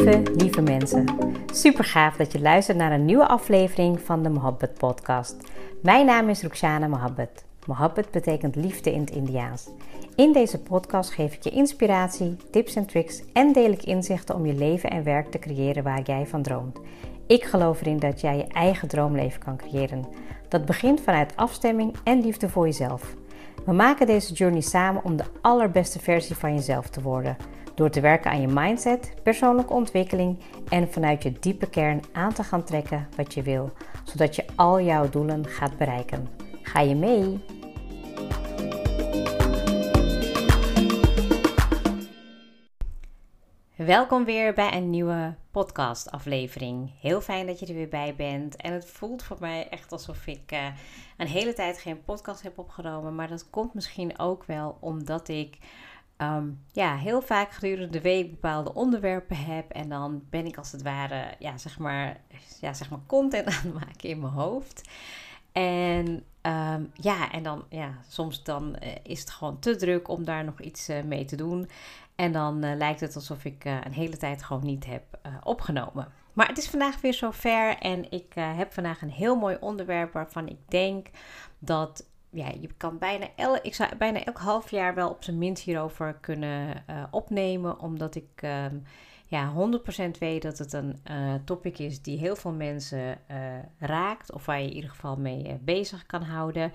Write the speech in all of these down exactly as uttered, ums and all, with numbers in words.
Lieve, lieve mensen. Super gaaf dat je luistert naar een nieuwe aflevering van de Mohabbat podcast. Mijn naam is Rukhsana Mohabbat. Mohabbat betekent liefde in het Indiaans. In deze podcast geef ik je inspiratie, tips en tricks en deel ik inzichten om je leven en werk te creëren waar jij van droomt. Ik geloof erin dat jij je eigen droomleven kan creëren. Dat begint vanuit afstemming en liefde voor jezelf. We maken deze journey samen om de allerbeste versie van jezelf te worden. Door te werken aan je mindset, persoonlijke ontwikkeling en vanuit je diepe kern aan te gaan trekken wat je wil. Zodat je al jouw doelen gaat bereiken. Ga je mee? Welkom weer bij een nieuwe podcast aflevering. Heel fijn dat je er weer bij bent. En het voelt voor mij echt alsof ik uh, een hele tijd geen podcast heb opgenomen. Maar dat komt misschien ook wel omdat ik um, ja, heel vaak gedurende de week bepaalde onderwerpen heb. En dan ben ik als het ware ja, zeg maar, ja, zeg maar content aan het maken in mijn hoofd. En um, ja, en dan ja, soms dan uh, is het gewoon te druk om daar nog iets uh, mee te doen. En dan uh, lijkt het alsof ik uh, een hele tijd gewoon niet heb uh, opgenomen. Maar het is vandaag weer zover en ik uh, heb vandaag een heel mooi onderwerp waarvan ik denk dat ja, je kan bijna, el- ik zou bijna elk half jaar wel op zijn minst hierover kunnen uh, opnemen. Omdat ik uh, ja, honderd procent weet dat het een uh, topic is die heel veel mensen uh, raakt. Of waar je in ieder geval mee uh, bezig kan houden.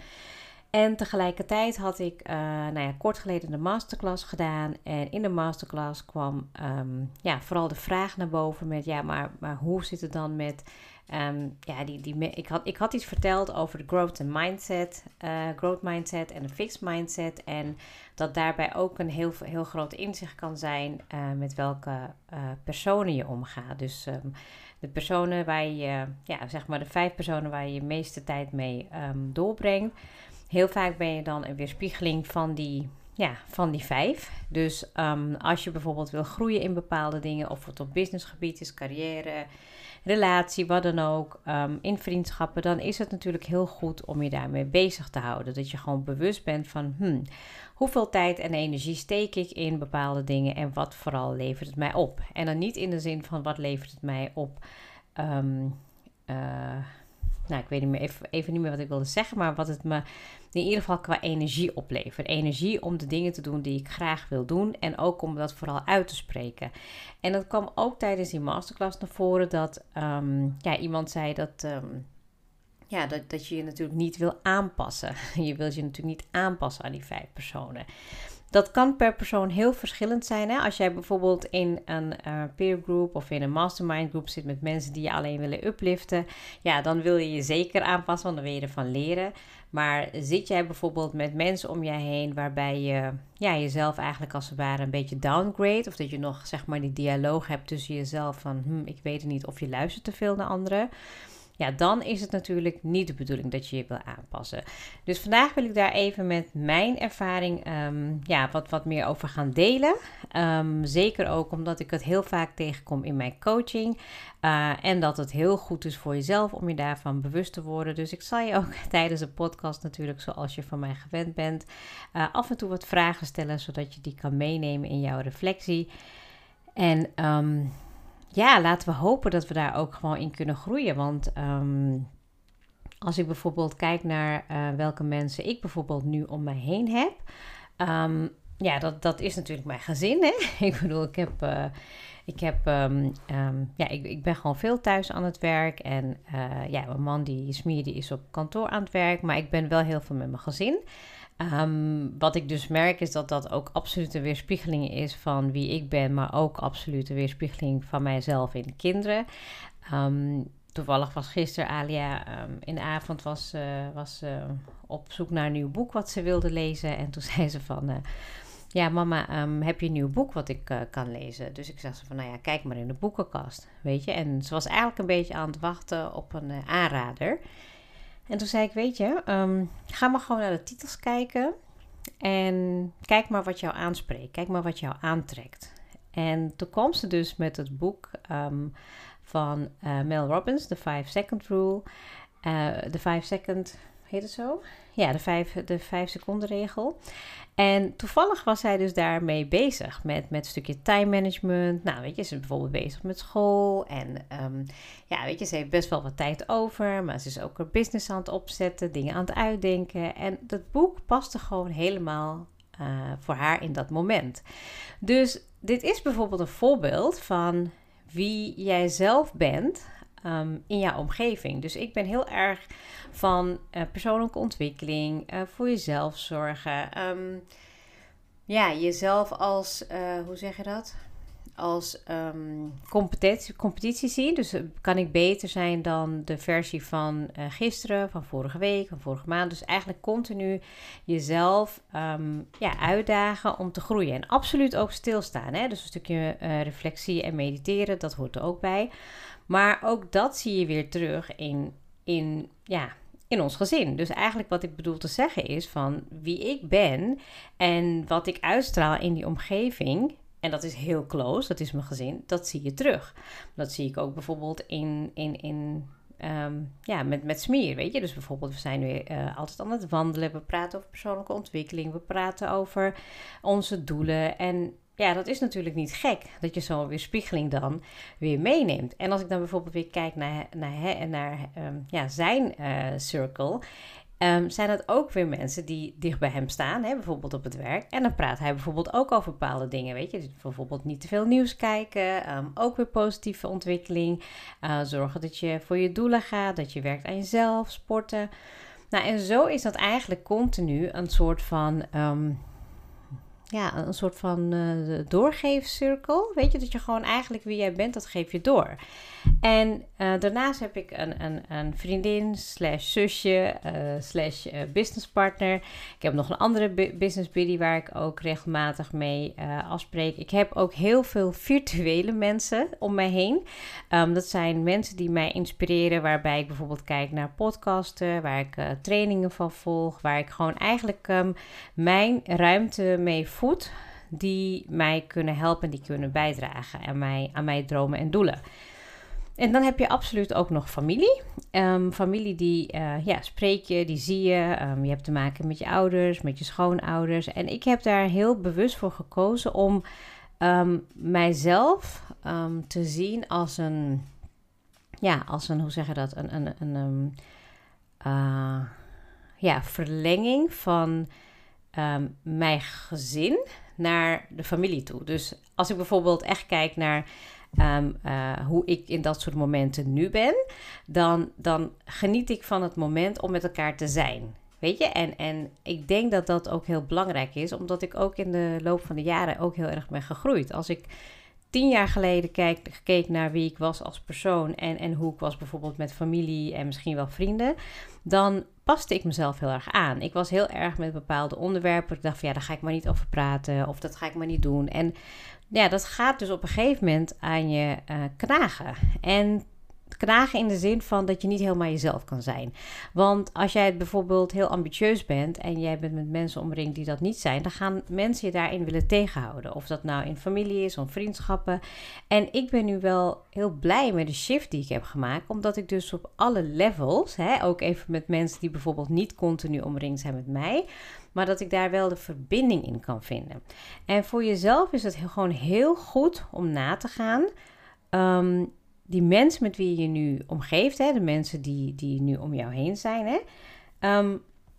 En tegelijkertijd had ik uh, nou ja, kort geleden de masterclass gedaan. En in de masterclass kwam um, ja, vooral de vraag naar boven met... ja, maar, maar hoe zit het dan met... Um, ja, die, die, ik, had, ik had iets verteld over de growth and mindset, uh, growth mindset en de fixed mindset. En dat daarbij ook een heel, heel groot inzicht kan zijn uh, met welke uh, personen je omgaat. Dus um, de personen waar je, ja, zeg maar de vijf personen waar je je meeste tijd mee um, doorbrengt. Heel vaak ben je dan een weerspiegeling van die, ja, van die vijf. Dus um, als je bijvoorbeeld wil groeien in bepaalde dingen, of het op businessgebied is, carrière, relatie, wat dan ook, um, in vriendschappen, dan is het natuurlijk heel goed om je daarmee bezig te houden. Dat je gewoon bewust bent van, hmm, hoeveel tijd en energie steek ik in bepaalde dingen en wat vooral levert het mij op? En dan niet in de zin van, wat levert het mij op? Um, uh, Nou, ik weet niet meer, even, even niet meer wat ik wilde zeggen, maar wat het me in ieder geval qua energie oplevert. Energie om de dingen te doen die ik graag wil doen en ook om dat vooral uit te spreken. En dat kwam ook tijdens die masterclass naar voren dat um, ja, iemand zei dat, um, ja, dat, dat je je natuurlijk niet wil aanpassen. Je wilt je natuurlijk niet aanpassen aan die vijf personen. Dat kan per persoon heel verschillend zijn. Hè? Als jij bijvoorbeeld in een uh, peer group of in een mastermind group zit met mensen die je alleen willen upliften. Ja, dan wil je je zeker aanpassen, want dan wil je ervan leren. Maar zit jij bijvoorbeeld met mensen om je heen waarbij je ja, jezelf eigenlijk als het ware een beetje downgrade. Of dat je nog zeg maar die dialoog hebt tussen jezelf van hm, ik weet het niet of je luistert te veel naar anderen. Ja, dan is het natuurlijk niet de bedoeling dat je je wil aanpassen. Dus vandaag wil ik daar even met mijn ervaring um, ja, wat, wat meer over gaan delen. Um, zeker ook omdat ik het heel vaak tegenkom in mijn coaching. Uh, en dat het heel goed is voor jezelf om je daarvan bewust te worden. Dus ik zal je ook tijdens de podcast natuurlijk, zoals je van mij gewend bent, uh, af en toe wat vragen stellen, zodat je die kan meenemen in jouw reflectie. En um, ja, laten we hopen dat we daar ook gewoon in kunnen groeien. Want um, als ik bijvoorbeeld kijk naar uh, welke mensen ik bijvoorbeeld nu om mij heen heb. Um, ja, dat, dat is natuurlijk mijn gezin. Hè? Ik bedoel, ik heb, uh, ik, heb um, um, ja, ik, ik ben gewoon veel thuis aan het werk. En uh, ja, mijn man, die Smier, die is op kantoor aan het werk. Maar ik ben wel heel veel met mijn gezin. Um, wat ik dus merk is dat dat ook absoluut een weerspiegeling is van wie ik ben, maar ook absoluut een weerspiegeling van mijzelf in de kinderen. Um, toevallig was gisteren Alia um, in de avond was, uh, was uh, op zoek naar een nieuw boek wat ze wilde lezen. En toen zei ze van, uh, ja mama, um, heb je een nieuw boek wat ik uh, kan lezen? Dus ik zei ze van, nou ja, kijk maar in de boekenkast, weet je. En ze was eigenlijk een beetje aan het wachten op een uh, aanrader. En toen zei ik, weet je, um, ga maar gewoon naar de titels kijken en kijk maar wat jou aanspreekt. Kijk maar wat jou aantrekt. En toen kwam ze dus met het boek um, van uh, Mel Robbins, The five second Rule. Uh, The five second, heet het zo? Ja, de vijf, de vijf seconden regel. En toevallig was zij dus daarmee bezig met, met een stukje time management. Nou, weet je, ze is bijvoorbeeld bezig met school. En um, ja, weet je, ze heeft best wel wat tijd over. Maar ze is ook haar business aan het opzetten, dingen aan het uitdenken. En dat boek paste gewoon helemaal uh, voor haar in dat moment. Dus dit is bijvoorbeeld een voorbeeld van wie jij zelf bent um, in jouw omgeving. Dus ik ben heel erg van uh, persoonlijke ontwikkeling, uh, voor jezelf zorgen. Um, ja, jezelf als, uh, hoe zeg je dat? Als um, competitie, competitie zien. Dus uh, kan ik beter zijn dan de versie van uh, gisteren, van vorige week, van vorige maand. Dus eigenlijk continu jezelf um, ja, uitdagen om te groeien. En absoluut ook stilstaan. Hè? Dus een stukje uh, reflectie en mediteren, dat hoort er ook bij. Maar ook dat zie je weer terug in, in ja... in ons gezin. Dus eigenlijk wat ik bedoel te zeggen is van wie ik ben en wat ik uitstraal in die omgeving, en dat is heel close, dat is mijn gezin, dat zie je terug. Dat zie ik ook bijvoorbeeld in, in, in um, ja, met, met Smier, weet je. Dus bijvoorbeeld we zijn nu uh, altijd aan het wandelen, we praten over persoonlijke ontwikkeling, we praten over onze doelen en ja, dat is natuurlijk niet gek dat je zo'n weerspiegeling dan weer meeneemt. En als ik dan bijvoorbeeld weer kijk naar, naar, naar um, ja, zijn uh, circle, um, zijn dat ook weer mensen die dicht bij hem staan, hè, bijvoorbeeld op het werk. En dan praat hij bijvoorbeeld ook over bepaalde dingen, weet je. Dus bijvoorbeeld niet te veel nieuws kijken, um, ook weer positieve ontwikkeling. Uh, zorgen dat je voor je doelen gaat, dat je werkt aan jezelf, sporten. Nou, en zo is dat eigenlijk continu een soort van... Um, Ja, een soort van uh, doorgeefcirkel. Weet je, dat je gewoon eigenlijk wie jij bent, dat geef je door. En uh, daarnaast heb ik een, een, een vriendin, slash zusje, uh, slash uh, businesspartner. Ik heb nog een andere bu- business buddy waar ik ook regelmatig mee uh, afspreek. Ik heb ook heel veel virtuele mensen om mij heen. Um, dat zijn mensen die mij inspireren, waarbij ik bijvoorbeeld kijk naar podcasten, waar ik uh, trainingen van volg, waar ik gewoon eigenlijk um, mijn ruimte mee voed, die mij kunnen helpen, die kunnen bijdragen aan, mij, aan mijn dromen en doelen. En dan heb je absoluut ook nog familie. Um, familie die, uh, ja, spreek je, die zie je. Um, je hebt te maken met je ouders, met je schoonouders. En ik heb daar heel bewust voor gekozen om um, mijzelf um, te zien als een, ja, als een, hoe zeg je dat, een, een, een um, uh, ja, verlenging van um, mijn gezin naar de familie toe. Dus als ik bijvoorbeeld echt kijk naar Um, uh, hoe ik in dat soort momenten nu ben, dan, dan geniet ik van het moment om met elkaar te zijn. Weet je? En, en ik denk dat dat ook heel belangrijk is, omdat ik ook in de loop van de jaren ook heel erg ben gegroeid. Als ik tien jaar geleden kijk, keek naar wie ik was als persoon en, en hoe ik was bijvoorbeeld met familie en misschien wel vrienden, dan paste ik mezelf heel erg aan. Ik was heel erg met bepaalde onderwerpen. Ik dacht van ja, daar ga ik maar niet over praten of dat ga ik maar niet doen. En ja, dat gaat dus op een gegeven moment aan je uh, knagen. En knagen in de zin van dat je niet helemaal jezelf kan zijn. Want als jij bijvoorbeeld heel ambitieus bent en jij bent met mensen omringd die dat niet zijn, dan gaan mensen je daarin willen tegenhouden. Of dat nou in familie is of vriendschappen. En ik ben nu wel heel blij met de shift die ik heb gemaakt, omdat ik dus op alle levels, hè, ook even met mensen die bijvoorbeeld niet continu omringd zijn met mij, maar dat ik daar wel de verbinding in kan vinden. En voor jezelf is het gewoon heel goed om na te gaan. Um, die mensen met wie je nu omgeeft, hè, de mensen die, die nu om jou heen zijn, hè, um,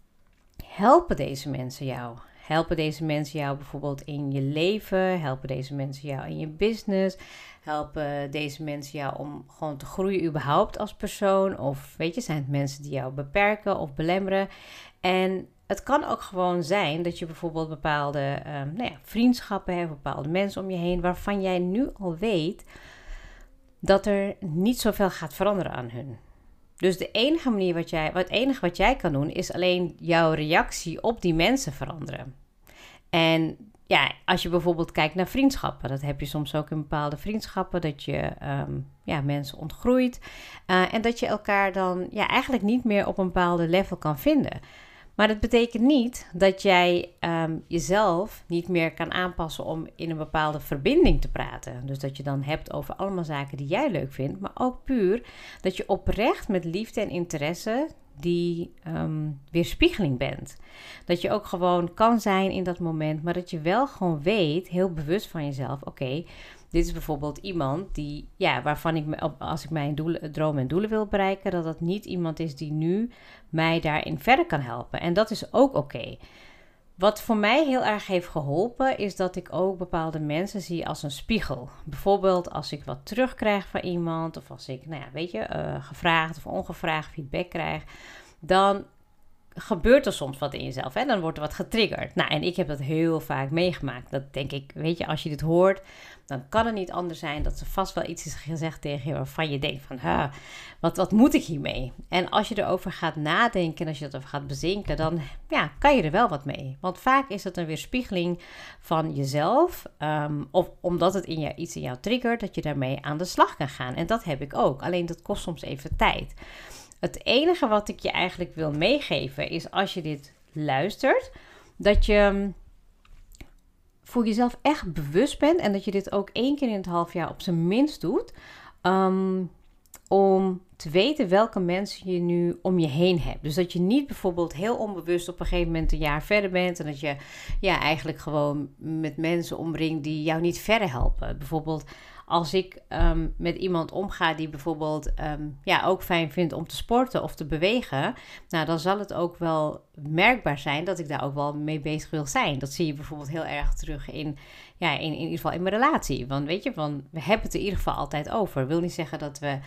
helpen deze mensen jou? Helpen deze mensen jou bijvoorbeeld in je leven? Helpen deze mensen jou in je business? Helpen deze mensen jou om gewoon te groeien überhaupt als persoon? Of weet je, zijn het mensen die jou beperken of belemmeren? En het kan ook gewoon zijn dat je bijvoorbeeld bepaalde um, nou ja, vriendschappen hebt, bepaalde mensen om je heen, waarvan jij nu al weet dat er niet zoveel gaat veranderen aan hun. Dus de enige manier wat jij, wat het enige wat jij kan doen, is alleen jouw reactie op die mensen veranderen. En ja, als je bijvoorbeeld kijkt naar vriendschappen, dat heb je soms ook in bepaalde vriendschappen, dat je um, ja, mensen ontgroeit uh, en dat je elkaar dan ja, eigenlijk niet meer op een bepaalde level kan vinden. Maar dat betekent niet dat jij um, jezelf niet meer kan aanpassen om in een bepaalde verbinding te praten. Dus dat je dan hebt over allemaal zaken die jij leuk vindt. Maar ook puur dat je oprecht met liefde en interesse die um, weerspiegeling bent. Dat je ook gewoon kan zijn in dat moment. Maar dat je wel gewoon weet, heel bewust van jezelf. Oké, okay, dit is bijvoorbeeld iemand die, ja, waarvan ik, me, als ik mijn doelen, dromen en doelen wil bereiken, dat dat niet iemand is die nu mij daarin verder kan helpen. En dat is ook oké. Okay. Wat voor mij heel erg heeft geholpen, is dat ik ook bepaalde mensen zie als een spiegel. Bijvoorbeeld als ik wat terugkrijg van iemand, of als ik, nou ja, weet je, uh, gevraagd of ongevraagd feedback krijg, dan gebeurt er soms wat in jezelf. Hè? Dan wordt er wat getriggerd. Nou, en ik heb dat heel vaak meegemaakt. Dat denk ik, weet je, als je dit hoort, dan kan het niet anders zijn dat er vast wel iets is gezegd tegen je waarvan je denkt van, ha, wat, wat moet ik hiermee? En als je erover gaat nadenken en als je erover gaat bezinken, dan ja, kan je er wel wat mee. Want vaak is het een weerspiegeling van jezelf, um, of omdat het in jou, iets in jou triggert, dat je daarmee aan de slag kan gaan. En dat heb ik ook. Alleen dat kost soms even tijd. Het enige wat ik je eigenlijk wil meegeven is, als je dit luistert, dat je voor jezelf echt bewust bent en dat je dit ook één keer in het half jaar op zijn minst doet, um, om te weten welke mensen je nu om je heen hebt. Dus dat je niet bijvoorbeeld heel onbewust op een gegeven moment een jaar verder bent en dat je ja, eigenlijk gewoon met mensen omringt die jou niet verder helpen. Bijvoorbeeld als ik um, met iemand omga die bijvoorbeeld um, ja, ook fijn vindt om te sporten of te bewegen, nou, dan zal het ook wel merkbaar zijn dat ik daar ook wel mee bezig wil zijn. Dat zie je bijvoorbeeld heel erg terug in, ja, in, in ieder geval in mijn relatie. Want weet je, van, we hebben het er in ieder geval altijd over. Ik wil niet zeggen dat we,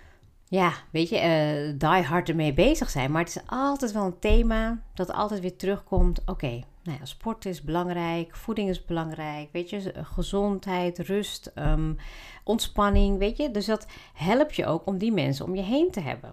ja, weet je, uh, die hard ermee bezig zijn. Maar het is altijd wel een thema dat altijd weer terugkomt. Oké, okay, nou ja, sport is belangrijk, voeding is belangrijk, weet je, gezondheid, rust, um, ontspanning, weet je. Dus dat helpt je ook om die mensen om je heen te hebben.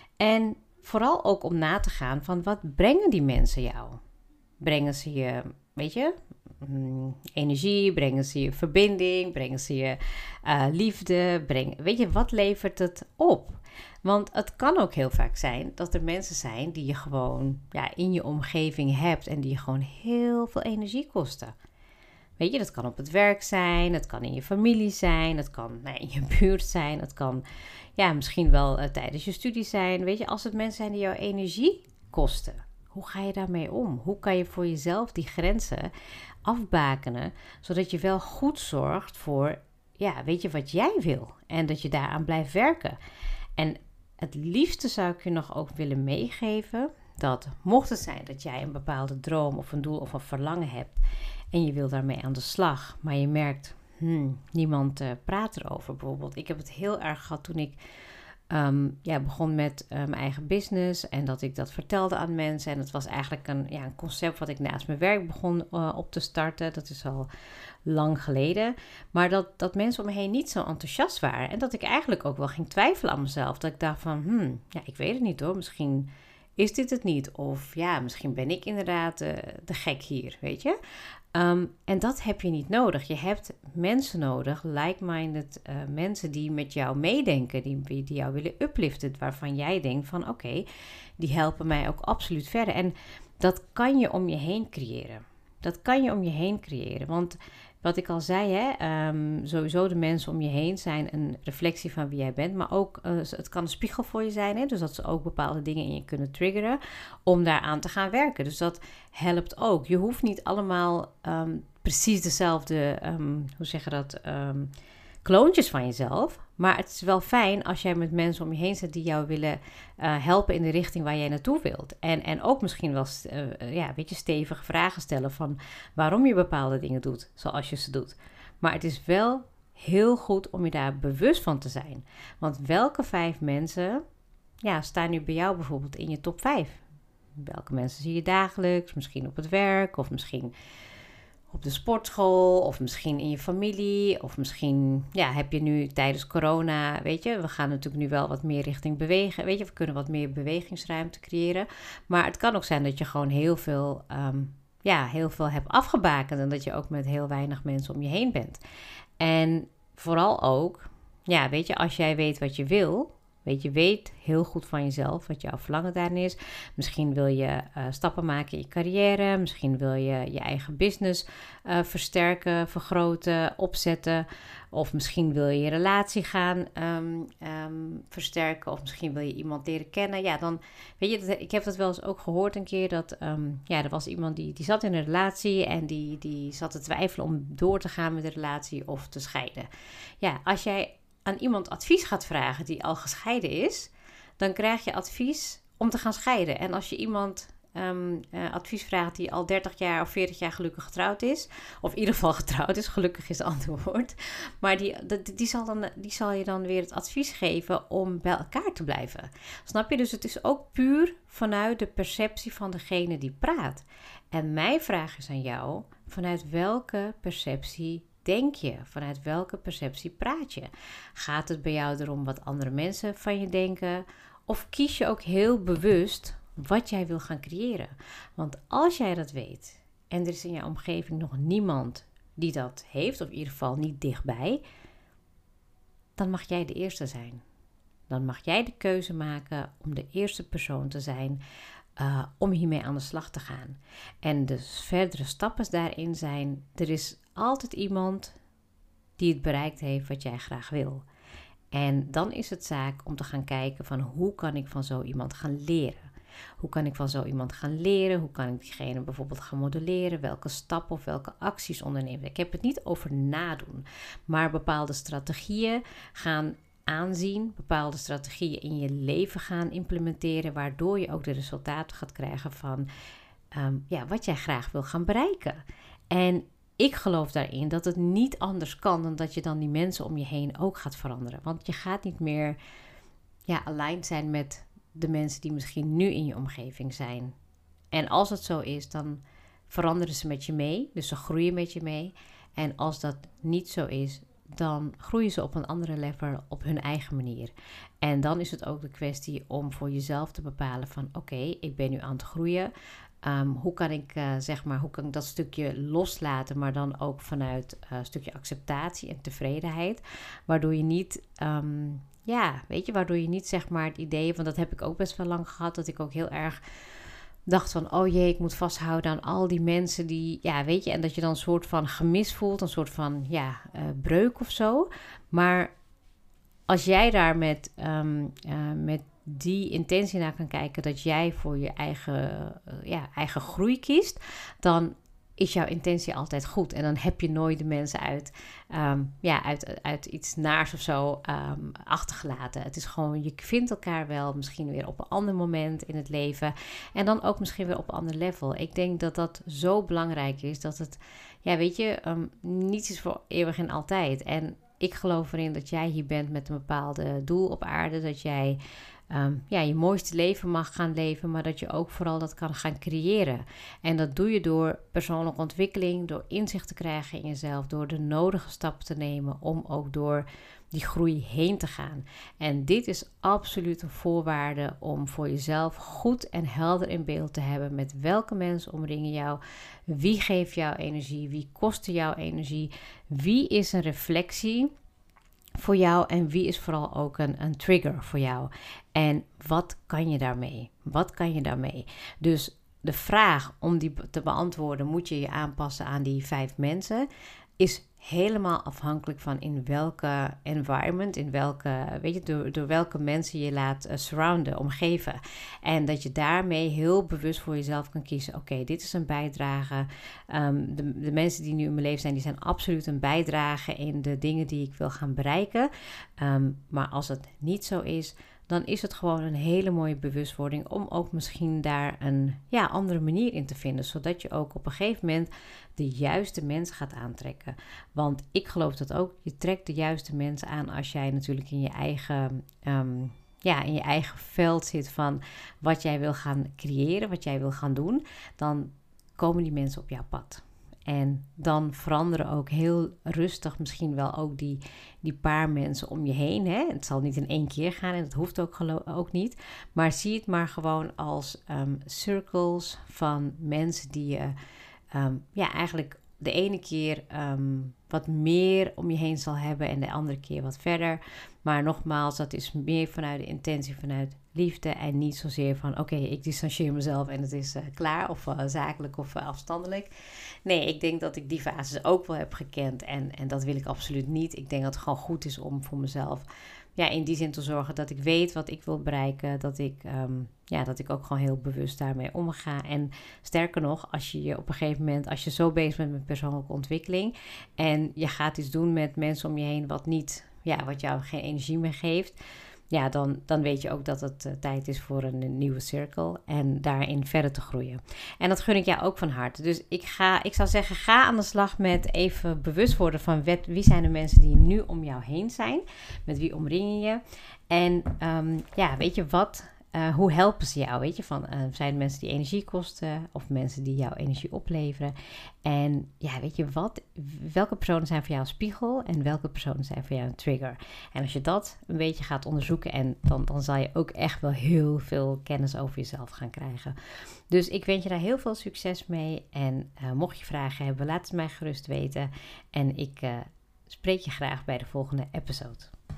En vooral ook om na te gaan van, wat brengen die mensen jou? Brengen ze je, weet je, mm, energie, brengen ze je verbinding, brengen ze je uh, liefde, breng, weet je, wat levert het op? Want het kan ook heel vaak zijn dat er mensen zijn die je gewoon ja, in je omgeving hebt en die je gewoon heel veel energie kosten. Weet je, dat kan op het werk zijn, het kan in je familie zijn, het kan nou, in je buurt zijn, het kan ja, misschien wel uh, tijdens je studie zijn. Weet je, als het mensen zijn die jouw energie kosten, hoe ga je daarmee om? Hoe kan je voor jezelf die grenzen afbakenen, zodat je wel goed zorgt voor, ja, weet je, wat jij wil en dat je daaraan blijft werken. En het liefste zou ik je nog ook willen meegeven dat mocht het zijn dat jij een bepaalde droom of een doel of een verlangen hebt en je wil daarmee aan de slag, maar je merkt, hmm, niemand uh, praat erover bijvoorbeeld. Ik heb het heel erg gehad toen ik um, ja, begon met uh, mijn eigen business en dat ik dat vertelde aan mensen. En het was eigenlijk een, ja, een concept wat ik naast mijn werk begon uh, op te starten. Dat is al lang geleden. Maar dat, dat mensen om me heen niet zo enthousiast waren. En dat ik eigenlijk ook wel ging twijfelen aan mezelf. Dat ik dacht van, hmm, ja, ik weet het niet hoor. Misschien is dit het niet. Of ja, misschien ben ik inderdaad uh, de gek hier, weet je. Um, en dat heb je niet nodig. Je hebt mensen nodig, like-minded uh, mensen die met jou meedenken, die, die jou willen upliften, waarvan jij denkt van oké, okay, die helpen mij ook absoluut verder. En dat kan je om je heen creëren. Dat kan je om je heen creëren, want wat ik al zei, hè, um, sowieso de mensen om je heen zijn een reflectie van wie jij bent. Maar ook, uh, het kan een spiegel voor je zijn. Hè, dus dat ze ook bepaalde dingen in je kunnen triggeren om daaraan te gaan werken. Dus dat helpt ook. Je hoeft niet allemaal um, precies dezelfde, um, hoe zeg je dat, um, kloontjes van jezelf. Maar het is wel fijn als jij met mensen om je heen zit die jou willen uh, helpen in de richting waar jij naartoe wilt. En, en ook misschien wel uh, ja, een beetje stevige vragen stellen van waarom je bepaalde dingen doet zoals je ze doet. Maar het is wel heel goed om je daar bewust van te zijn. Want welke vijf mensen ja, staan nu bij jou bijvoorbeeld in je top vijf? Welke mensen zie je dagelijks? Misschien op het werk of misschien op de sportschool of misschien in je familie of misschien ja, heb je nu tijdens corona, weet je, we gaan natuurlijk nu wel wat meer richting bewegen, weet je, we kunnen wat meer bewegingsruimte creëren, maar het kan ook zijn dat je gewoon heel veel, um, ja, heel veel hebt afgebakend en dat je ook met heel weinig mensen om je heen bent. En vooral ook, ja, weet je, als jij weet wat je wil, Weet je, weet heel goed van jezelf wat jouw verlangen daarin is. Misschien wil je uh, stappen maken in je carrière. Misschien wil je je eigen business uh, versterken, vergroten, opzetten. Of misschien wil je je relatie gaan um, um, versterken. Of misschien wil je iemand leren kennen. Ja, dan weet je, dat, ik heb dat wel eens ook gehoord een keer. Dat um, ja, er was iemand die, die zat in een relatie en die, die zat te twijfelen om door te gaan met de relatie of te scheiden. Ja, als jij aan iemand advies gaat vragen die al gescheiden is, dan krijg je advies om te gaan scheiden. En als je iemand um, uh, advies vraagt die al dertig jaar of veertig jaar gelukkig getrouwd is, of in ieder geval getrouwd is, gelukkig is het antwoord, maar die, die, die, zal dan, die zal je dan weer het advies geven om bij elkaar te blijven. Snap je? Dus het is ook puur vanuit de perceptie van degene die praat. En mijn vraag is aan jou, vanuit welke perceptie denk je? Vanuit welke perceptie praat je? Gaat het bij jou erom wat andere mensen van je denken? Of kies je ook heel bewust wat jij wil gaan creëren? Want als jij dat weet en er is in je omgeving nog niemand die dat heeft, of in ieder geval niet dichtbij, dan mag jij de eerste zijn. Dan mag jij de keuze maken om de eerste persoon te zijn uh, om hiermee aan de slag te gaan. En de verdere stappen daarin zijn, er is altijd iemand die het bereikt heeft wat jij graag wil. En dan is het zaak om te gaan kijken van hoe kan ik van zo iemand gaan leren? Hoe kan ik van zo iemand gaan leren? Hoe kan ik diegene bijvoorbeeld gaan modelleren? Welke stappen of welke acties ondernemen? Ik heb het niet over nadoen, maar bepaalde strategieën gaan aanzien, bepaalde strategieën in je leven gaan implementeren, waardoor je ook de resultaten gaat krijgen van um, ja, wat jij graag wil gaan bereiken. En ik geloof daarin dat het niet anders kan dan dat je dan die mensen om je heen ook gaat veranderen. Want je gaat niet meer ja, aligned zijn met de mensen die misschien nu in je omgeving zijn. En als het zo is, dan veranderen ze met je mee. Dus ze groeien met je mee. En als dat niet zo is, dan groeien ze op een andere level op hun eigen manier. En dan is het ook de kwestie om voor jezelf te bepalen van oké, okay, ik ben nu aan het groeien. Um, hoe kan ik uh, zeg maar, hoe kan ik dat stukje loslaten, maar dan ook vanuit uh, een stukje acceptatie en tevredenheid, waardoor je niet, um, ja, weet je, waardoor je niet zeg maar het idee, want dat heb ik ook best wel lang gehad, dat ik ook heel erg dacht van, oh jee, ik moet vasthouden aan al die mensen die, ja, weet je, en dat je dan een soort van gemis voelt, een soort van, ja, uh, breuk of zo. Maar als jij daar met, um, uh, met die intentie naar kan kijken, dat jij voor je eigen, uh, ja, eigen groei kiest, dan is jouw intentie altijd goed. En dan heb je nooit de mensen uit, um, ja, uit, uit iets naars of zo um, achtergelaten. Het is gewoon, je vindt elkaar wel misschien weer op een ander moment in het leven. En dan ook misschien weer op een ander level. Ik denk dat dat zo belangrijk is, dat het, ja, weet je, um, niets is voor eeuwig en altijd. En ik geloof erin dat jij hier bent met een bepaalde doel op aarde, dat jij Um, ja, je mooiste leven mag gaan leven, maar dat je ook vooral dat kan gaan creëren. En dat doe je door persoonlijke ontwikkeling, door inzicht te krijgen in jezelf, door de nodige stappen te nemen om ook door die groei heen te gaan. En dit is absoluut een voorwaarde om voor jezelf goed en helder in beeld te hebben met welke mensen omringen jou, wie geeft jou energie, wie kost jouw energie, wie is een reflectie voor jou en wie is vooral ook een, een trigger voor jou. En wat kan je daarmee? Wat kan je daarmee? Dus de vraag om die te beantwoorden, moet je je aanpassen aan die vijf mensen, is helemaal afhankelijk van in welke environment, in welke, weet je, door, door welke mensen je laat uh, surrounden, omgeven. En dat je daarmee heel bewust voor jezelf kan kiezen, oké, okay, dit is een bijdrage. Um, de, de mensen die nu in mijn leven zijn, die zijn absoluut een bijdrage in de dingen die ik wil gaan bereiken. Um, maar als het niet zo is, dan is het gewoon een hele mooie bewustwording om ook misschien daar een ja, andere manier in te vinden. Zodat je ook op een gegeven moment de juiste mensen gaat aantrekken. Want ik geloof dat ook. Je trekt de juiste mensen aan als jij natuurlijk in je eigen, um, ja, in je eigen veld zit van wat jij wil gaan creëren, wat jij wil gaan doen. Dan komen die mensen op jouw pad. En dan veranderen ook heel rustig misschien wel ook die, die paar mensen om je heen. Hè? Het zal niet in één keer gaan en dat hoeft ook, gelo- ook niet. Maar zie het maar gewoon als um, circles van mensen die je um, ja, eigenlijk de ene keer um, wat meer om je heen zal hebben en de andere keer wat verder. Maar nogmaals, dat is meer vanuit de intentie, vanuit liefde en niet zozeer van oké, okay, ik distancieer mezelf en het is uh, klaar of uh, zakelijk of uh, afstandelijk. Nee, ik denk dat ik die fases ook wel heb gekend en, en dat wil ik absoluut niet. Ik denk dat het gewoon goed is om voor mezelf ja, in die zin te zorgen dat ik weet wat ik wil bereiken. Dat ik, um, ja, dat ik ook gewoon heel bewust daarmee omga. En sterker nog, als je je op een gegeven moment, als je zo bezig bent met persoonlijke ontwikkeling en je gaat iets doen met mensen om je heen wat niet, ja, wat jou geen energie meer geeft, ja, dan, dan weet je ook dat het uh, tijd is voor een, een nieuwe cirkel en daarin verder te groeien. En dat gun ik jou ook van harte. Dus ik, ga, ik zou zeggen, ga aan de slag met even bewust worden van wet, wie zijn de mensen die nu om jou heen zijn. Met wie omring je je. En um, ja, weet je wat... Uh, hoe helpen ze jou? Weet je, van, uh, zijn het mensen die energie kosten of mensen die jouw energie opleveren? En ja, weet je wat? Welke personen zijn voor jou een spiegel en welke personen zijn voor jou een trigger? En als je dat een beetje gaat onderzoeken, en dan, dan zal je ook echt wel heel veel kennis over jezelf gaan krijgen. Dus ik wens je daar heel veel succes mee. En uh, mocht je vragen hebben, laat het mij gerust weten. En ik uh, spreek je graag bij de volgende episode.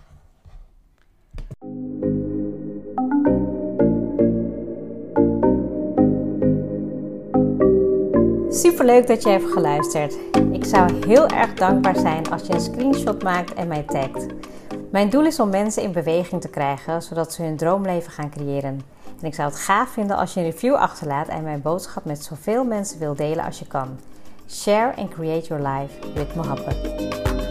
Superleuk dat je hebt geluisterd. Ik zou heel erg dankbaar zijn als je een screenshot maakt en mij tagt. Mijn doel is om mensen in beweging te krijgen, zodat ze hun droomleven gaan creëren. En ik zou het gaaf vinden als je een review achterlaat en mijn boodschap met zoveel mensen wilt delen als je kan. Share and create your life with Mohabbat.